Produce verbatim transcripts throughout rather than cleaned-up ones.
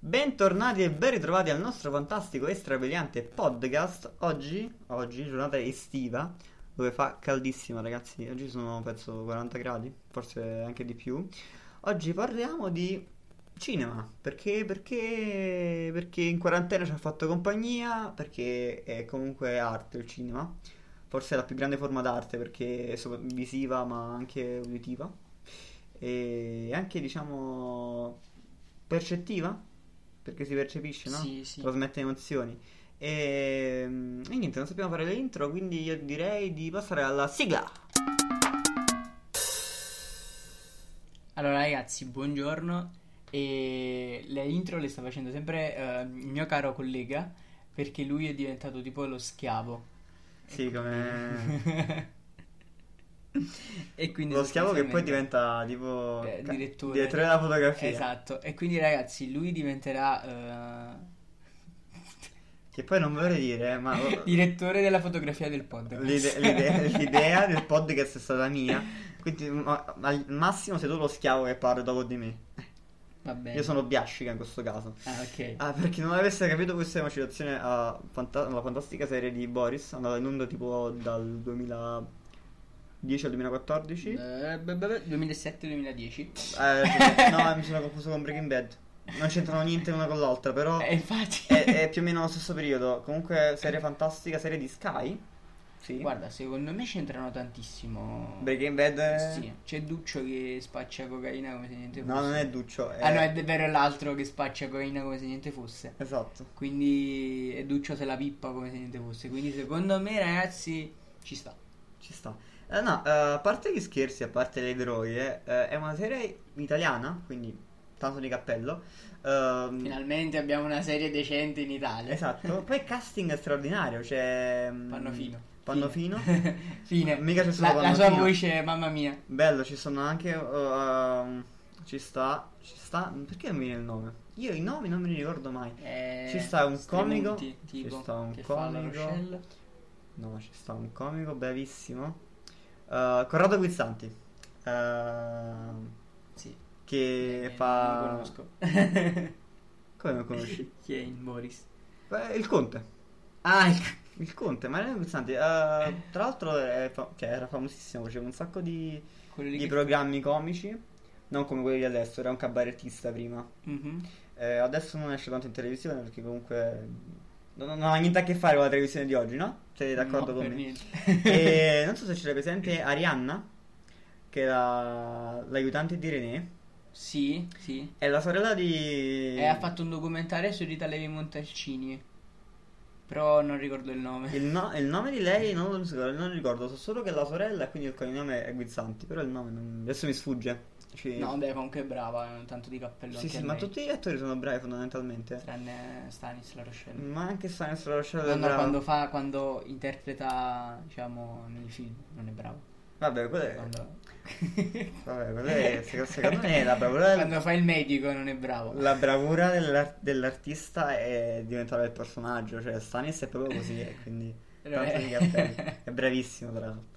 Bentornati e ben ritrovati al nostro fantastico e strabiliante podcast. Oggi, oggi, giornata estiva, dove fa caldissima, ragazzi. Oggi sono, penso, quaranta gradi, forse anche di più. Oggi parliamo di cinema, perché, perché, perché in quarantena ci ha fatto compagnia, perché è comunque arte il cinema. Forse è la più grande forma d'arte, perché è sopra- visiva ma anche uditiva. E anche, diciamo, percettiva, perché si percepisce, no? Sì, sì. Trasmette emozioni. E, e niente, non sappiamo fare l'intro, quindi io direi di passare alla sigla. Allora ragazzi, buongiorno. E le intro le sta facendo sempre eh, il mio caro collega, perché lui è diventato tipo lo schiavo. Sì, come E quindi lo schiavo che poi sostanzialmente, diventa tipo eh, ca- direttore. direttore della fotografia. Esatto. E quindi ragazzi, lui diventerà eh, Che poi non vorrei dire, ma direttore della fotografia del podcast. l'ide- l'ide- l'idea del podcast è stata mia. Quindi ma- ma al massimo sei tu lo schiavo che parla dopo di me. Va bene. Io sono Biascica in questo caso. Ah, ok. Ah, per chi non avesse capito, questa è una citazione a fanta- alla fantastica serie di Boris, andata in onda tipo dal duemiladieci al duemilaquattordici. Eh, beh, beh, beh, duemilasette duemiladieci. Eh, no, mi sono confuso con Breaking Bad. Non c'entrano niente l'una con l'altra, però Eh, infatti. è, è più o meno lo stesso periodo. Comunque, serie fantastica, serie di Sky. Sì. Guarda, secondo me c'entrano tantissimo. Breaking Bad. è- Sì, c'è Duccio che spaccia cocaina come se niente fosse. No, non è Duccio. È... Ah no, è vero, è l'altro che spaccia cocaina come se niente fosse. Esatto. Quindi e Duccio se la pippa come se niente fosse. Quindi secondo me, ragazzi, ci sta. Ci sta. Eh, no, eh, a parte gli scherzi, a parte le droghe, eh, è una serie italiana, quindi tanto di cappello. Ehm, Finalmente abbiamo una serie decente in Italia. Esatto. Poi casting straordinario, c'è mm, Pannofino. Pannofino. Fine. Mica c'è solo La, la sua Pannofino. voce, mamma mia. Bello, ci sono anche uh, ci sta, ci sta, perché non mi viene il nome? Io i nomi non me li ricordo mai. Eh, Ci sta un Stremonti, comico, tipo, ci sta un che fa la comico. Rochelle. No, ci sta un comico bravissimo. Uh, Corrado Guizzanti. Uh, Sì. che Eh, fa Non lo conosco. Come lo conosci? Chi è in Boris? Beh, il Conte. Ah, il... Il Conte, Mariano Guizzanti. Uh, tra l'altro è fa- cioè, era famosissimo, faceva un sacco di, quello lì di che... programmi comici. Non come quelli di adesso, era un cabarettista prima. Mhm. Eh, adesso non esce tanto in televisione perché comunque non, non ha niente a che fare con la televisione di oggi, no? Sei d'accordo No, con per me? niente. E non so se c'era presente Arianna, che era l'aiutante di René, Sì, sì. è la sorella di... E ha fatto un documentario su Rita Levi Montalcini. Però non ricordo il nome. Il, no- il nome di lei non lo so, non ricordo, so solo che è la sorella e quindi il cognome è Guizzanti, però il nome non- adesso mi sfugge. Ci- No, beh, comunque è brava, eh, tanto di cappello Sì, anche sì, a ma lei. tutti gli attori sono bravi fondamentalmente. Tranne Stanis La Rochelle. Ma anche Stanislas Rochelle No, è no, bravo. quando fa, quando interpreta, diciamo, nei film, non è bravo. Vabbè, quello è... Quando, Vabbè, quello è... secondo secondo me la bravura del- quando fa il medico non è bravo. La bravura dell'ar- dell'artista è diventare il personaggio, cioè Stanis è proprio così e quindi tanto di cappello. È bravissimo tra l'altro.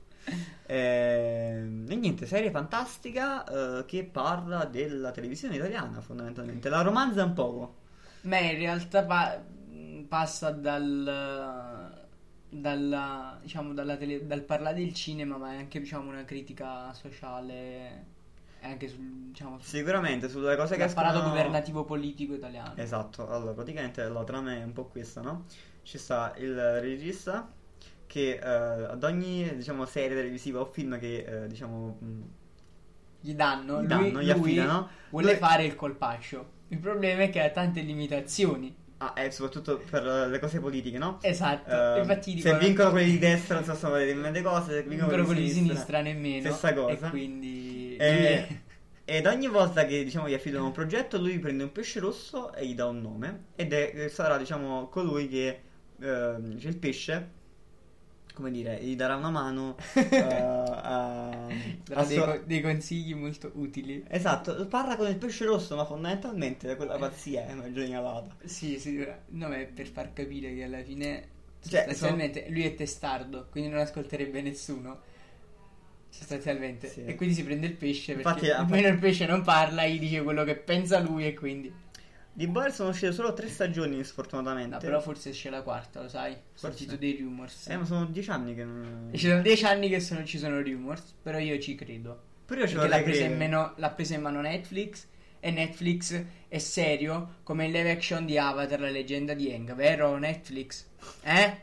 Ehm, E, niente, serie fantastica eh, che parla della televisione italiana fondamentalmente. La romanza un poco. Beh, in realtà pa- passa dal, dalla, diciamo, dalla tele- dal parlare del cinema, ma è anche, diciamo, una critica sociale e anche sul, diciamo, Sicuramente sulle cose che sull'apparato escono... governativo politico italiano. Esatto, allora praticamente la trama è un po' questa, no? Ci sta il regista che eh, ad ogni, diciamo, serie televisiva o film che, eh, diciamo... mh, Gli danno, Gli lui, danno, gli lui affidano. vuole Lui- fare il colpaccio. Il problema è che ha tante limitazioni. Ah, e soprattutto per eh, le cose politiche, no? Esatto. Eh, Infatti se dicono- vincono quelli di destra non so se fare determinate cose, se vincono però quelli quelli di di sinistra, sinistra nemmeno. stessa cosa. E quindi E- lui è- Ed ogni volta che, diciamo, gli affidano un progetto, lui prende un pesce rosso e gli dà un nome. Ed è, sarà, diciamo, colui che eh, dice il pesce, come dire, gli darà una mano eh, a, darà a dei, sua- co- dei consigli molto utili. Esatto, parla con il pesce rosso, ma fondamentalmente quella pazzia è una genialata. Sì, sì, no, ma è per far capire che alla fine Cioè, sostanzialmente lui è testardo, quindi non ascolterebbe nessuno. Sostanzialmente. Sì. E quindi si prende il pesce perché Infatti, almeno il pesce non parla, gli dice quello che pensa lui e quindi Di Boys sono uscite solo tre stagioni, No, sfortunatamente. però forse esce la quarta, lo sai? Ho Forse. sentito dei rumors. Eh, ma sono dieci anni che non... Ci sono dieci anni che sono- ci sono rumors, però io ci credo. Pure io ci Perché l'ha vorrei presa, in credere. meno, l'ha presa in mano Netflix e Netflix è serio come il live action di Avatar, la leggenda di Aang, vero Netflix? Eh?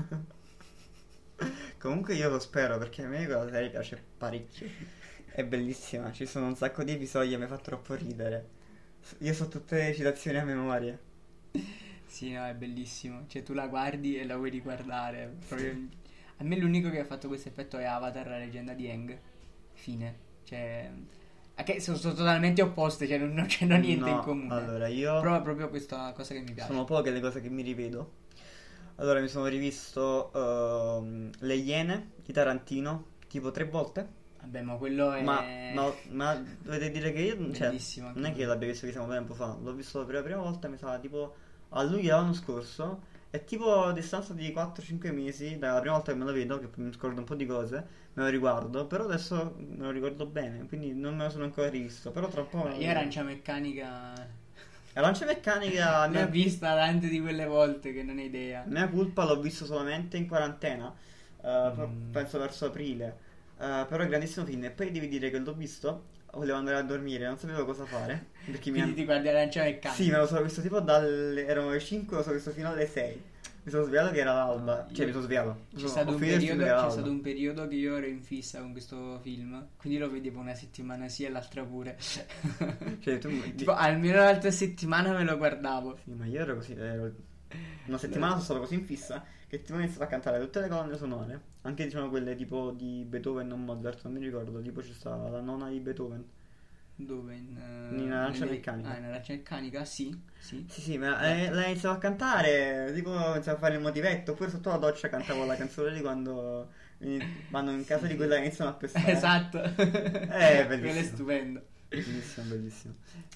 Comunque io lo spero, perché a me quella serie piace parecchio. È bellissima, ci sono un sacco di episodi e mi fa troppo ridere. Io so tutte le citazioni a memoria. Sì, no, è bellissimo. Cioè tu la guardi e la vuoi riguardare. Proprio... A me l'unico che ha fatto questo effetto è Avatar, la leggenda di Aang. Fine. Cioè... Anche sono, sono totalmente opposte, cioè non, non c'è niente No, in comune. allora io... Però è proprio questa cosa che mi piace. Sono poche le cose che mi rivedo. Allora mi sono rivisto ehm, Le Iene di Tarantino tipo tre volte. Vabbè, ma quello è... Ma, ma, ma dovete dire che io, cioè, Bellissimo anche non è che quello. l'abbia visto chissà quanto tempo fa, l'ho visto per la prima volta, mi sa, tipo a luglio dell'anno scorso, e tipo a distanza di quattro cinque mesi dalla prima volta che me lo vedo, che poi mi scordo un po' di cose, me lo riguardo, però adesso me lo ricordo bene, quindi non me lo sono ancora rivisto, però tra un po' me lo Io vedo. Arancia Meccanica La Lancia Meccanica, l'ho mia, vista tante di quelle volte che non hai idea. mia colpa, l'ho visto solamente in quarantena, eh, pro- Mm. penso verso aprile. Eh, però è grandissimo film. E poi devi dire che l'ho visto, volevo andare a dormire, non sapevo cosa fare. Perché mi Quindi ti guardi Arancia Meccanica. Sì, me lo sono visto tipo dalle... erano le cinque, lo sono visto fino alle sei. Mi sono svegliato che era l'alba. No, Cioè, io- mi sono svegliato. C'è Sono- stato, ho un finito il film periodo, che era c'è l'alba. stato un periodo che io ero in fissa con questo film, quindi lo vedevo una settimana sì e l'altra pure. Cioè, tu... Tipo, almeno l'altra settimana me lo guardavo. Sì, ma io ero così... ero- Una settimana sono stato così in fissa che tipo ho iniziato a cantare tutte le colonne sonore. Anche diciamo quelle tipo di Beethoven o Mozart, non mi ricordo. Tipo c'è stata la nona di Beethoven. Dove? In, eh, In Arancia nelle- Meccanica. Ah, in Arancia Meccanica? Sì, sì. Sì, sì, ma eh, la iniziavo a cantare, tipo iniziavo a fare il motivetto, oppure sotto la doccia cantavo la canzone di quando eh, vanno in casa di quella che iniziano a pestare. Esatto. Eh, Quello è bellissimo. stupendo. Bellissimo, bellissimo.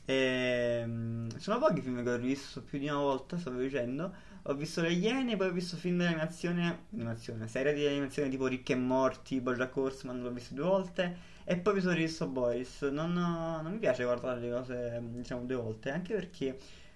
Ehm, sono pochi film che ho rivisto più di una volta, stavo dicendo. Ho visto Le Iene, poi ho visto film di animazione, animazione, serie di animazione tipo Rick e Morty, BoJack Horseman, l'ho visto due volte. E poi mi sono rivisto Boys. Non, non mi piace guardare le cose, diciamo, due volte, anche perché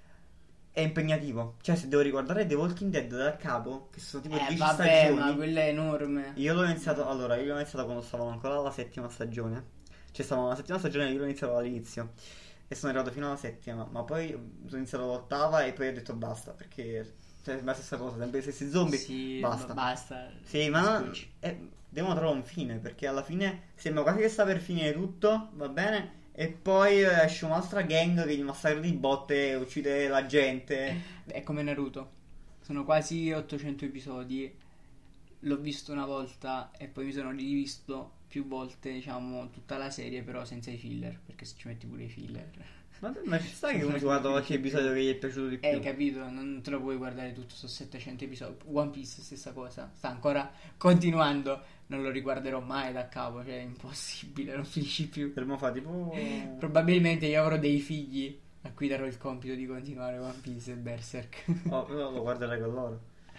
è impegnativo. Cioè, se devo riguardare The Walking Dead da capo, che sono tipo Eh, dieci vabbè, stagioni. ma quella è enorme. Io l'ho iniziato, allora, io l'ho iniziato quando stavamo ancora alla settima stagione. Cioè, stavamo alla settima stagione e io l'ho iniziato all'inizio. E sono arrivato fino alla settima, ma poi sono iniziato all'ottava e poi ho detto basta, perché cioè, è la stessa cosa, sempre gli stessi zombie. Sì, basta. ma basta. Sì, ma no, Scusi. eh, devono trovare un fine, perché alla fine sembra quasi che sta per finire tutto, va bene? E poi eh, esce un'altra gang che gli massacra di botte, uccide la gente. È come Naruto. Sono quasi ottocento episodi. L'ho visto una volta e poi mi sono rivisto più volte, diciamo, tutta la serie, però senza i filler, perché se ci metti pure i filler. Ma, ma ci sta che uno si guarda qualche episodio che gli è piaciuto di più. Eh, capito, non te lo puoi guardare tutto, sono settecento episodi. One Piece, stessa cosa. Sta ancora continuando. Non lo riguarderò mai da capo, cioè è impossibile, non finisci più. Fermo fa tipo... Probabilmente io avrò dei figli a cui darò il compito di continuare One Piece e Berserk. Oh, lo lo guarderai con loro.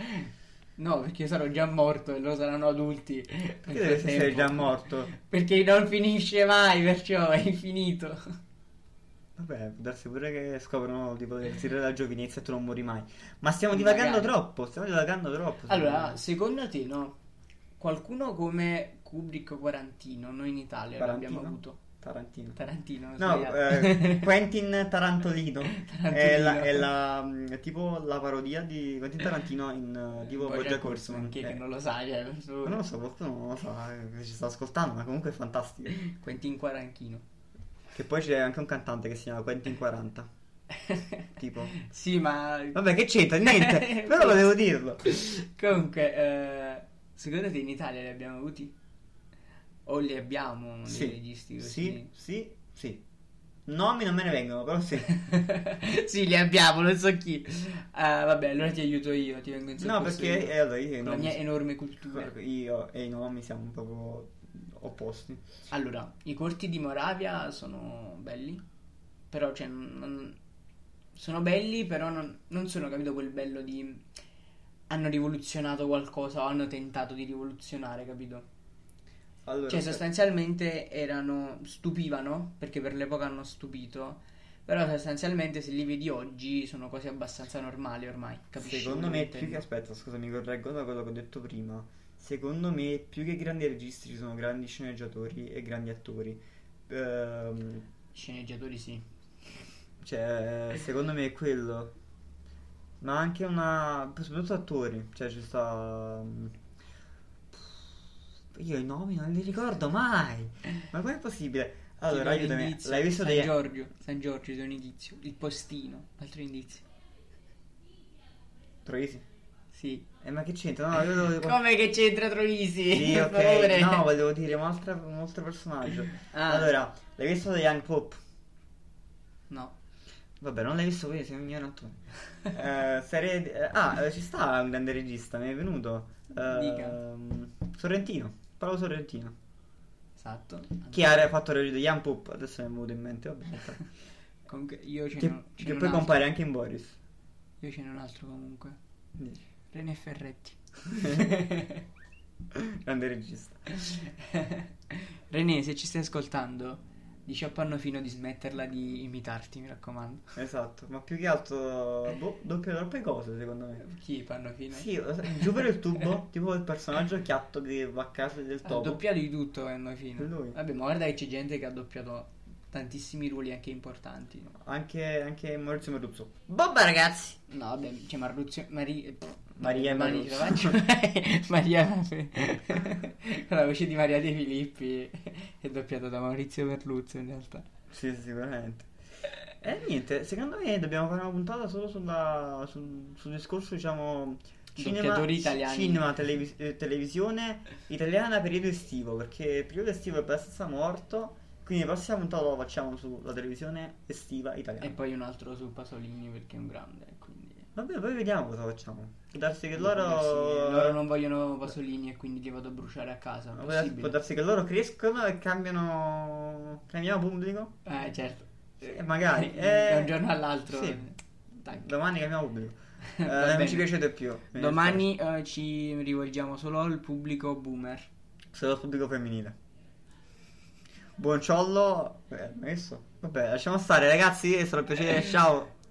No, perché io sarò già morto e loro saranno adulti. Perché nel deve essere frattempo. già morto? Perché non finisce mai, perciò è infinito. Vabbè, può darsi pure che scoprono tipo del tirare della giovinezza e tu non muori mai. Ma stiamo divagando Magari. troppo, stiamo divagando troppo. Allora, secondo te, no? Qualcuno come Kubrick o Quarantino, noi in Italia Tarantino? l'abbiamo avuto. Tarantino. Tarantino, ho No, sbagliato. eh, Quentin Tarantolino. È, la, Tarantolino. è la- è tipo la parodia di Quentin Tarantino in uh, tipo BoJack BoJack Horseman, Horseman. chi è Eh, che non lo sa, cioè, penso- ma non lo so, qualcuno non lo sa, eh, che ci sta ascoltando, ma comunque è fantastico. Quentin Quaranchino. Che poi c'è anche un cantante che si chiama Quentin quaranta. Tipo. Sì, ma Vabbè, che c'entra? Niente. Però volevo dirlo. comunque, eh, secondo te in Italia li abbiamo avuti? O li abbiamo dei Sì. registi così? Sì, sì, sì. Nomi non me ne vengono, però sì. Sì, li abbiamo, non so chi. Ah, vabbè, allora ti aiuto io, ti vengo in No, soccorso perché io, eh, allora io e i con la nomi- mia enorme cultura. io e i nomi siamo un po' opposti. Allora, i corti di Moravia sono belli, però cioè, non- non- sono belli, però non, non sono capito quel bello di hanno rivoluzionato qualcosa o hanno tentato di rivoluzionare, capito? Allora, Cioè, se- sostanzialmente erano stupivano, perché per l'epoca hanno stupito, Però sostanzialmente se li vedi oggi sono cose abbastanza normali ormai, capisci? Secondo quello me che più che intendo? aspetta, scusa, mi correggo da quello che ho detto prima. Secondo me più che grandi registi ci sono grandi sceneggiatori e grandi attori. Ehm, Sceneggiatori sì. cioè, secondo me è quello. Ma anche una. Soprattutto attori. Cioè, ci sta. mm, Io i nomi non li ricordo mai. Ma com'è possibile? Ti Allora, do un aiutami. indizio. L'hai visto San dei. Giorgio, San Giorgio, ti do un indizio. Il postino, altro indizio. Troisi? Sì. Eh, ma che c'entra? No, io devo. Come che c'entra Troisi? Sì, Per ok. favore. No, volevo dire un altro, un altro personaggio. Ah. Allora, l'hai visto The Young Pope? No. Vabbè, non l'hai visto, quindi sei un ignorante. Eh, serie di- eh, ah, eh, ci sta un grande regista, mi è venuto. Ehm, Sorrentino, Paolo Sorrentino. Esatto. Chi ha fatto il The Young Pope? Adesso mi è venuto in mente, vabbè. Comunque io ce Che, n'ho ce che n'ho poi un altro. compare anche in Boris. Io ce n'ho un altro comunque. Dici. René Ferretti. Grande regista. René, se ci stai ascoltando, dici a Pannofino di smetterla di imitarti, mi raccomando. Esatto, ma più che altro boh, doppia troppe cose secondo me. Chi Pannofino? Sì, giù per il tubo, tipo il personaggio chiatto che va a casa del Ha topo. doppiato di tutto Pannofino. È lui. Vabbè, ma guarda che c'è gente che ha doppiato tantissimi ruoli anche importanti. Anche, anche Maurizio Merluzzo. Vabbè ragazzi. No, vabbè, c'è Marluzio, Mari- Maria Mari- Marluzzo. Maria con la voce di Maria De Filippi è doppiato da Maurizio Merluzzo in realtà. Sì, sicuramente. E niente, secondo me dobbiamo fare una puntata solo sulla, sul, sul discorso, diciamo, cinema, Doppiatori italiani. cinema televis- eh, televisione italiana periodo estivo, perché il periodo estivo è abbastanza morto, quindi la prossima puntata la facciamo sulla televisione estiva italiana. E poi un altro su Pasolini perché è un grande, quindi Vabbè, poi vediamo cosa facciamo. Può darsi che può darsi che loro... loro non vogliono Pasolini e quindi li vado a bruciare a casa. può darsi, può Possibile? darsi che loro crescono e cambiano... cambiamo pubblico? Eh, certo. E magari. Da eh, un giorno all'altro. Sì. Dai. Domani cambiamo pubblico. Eh, Va non bene. ci piacete più. mi Domani eh, ci rivolgiamo solo al pubblico boomer. dispiace. Solo al pubblico femminile. Buon ciollo. Eh, messo. Vabbè, lasciamo stare ragazzi, è stato un piacere. Ciao.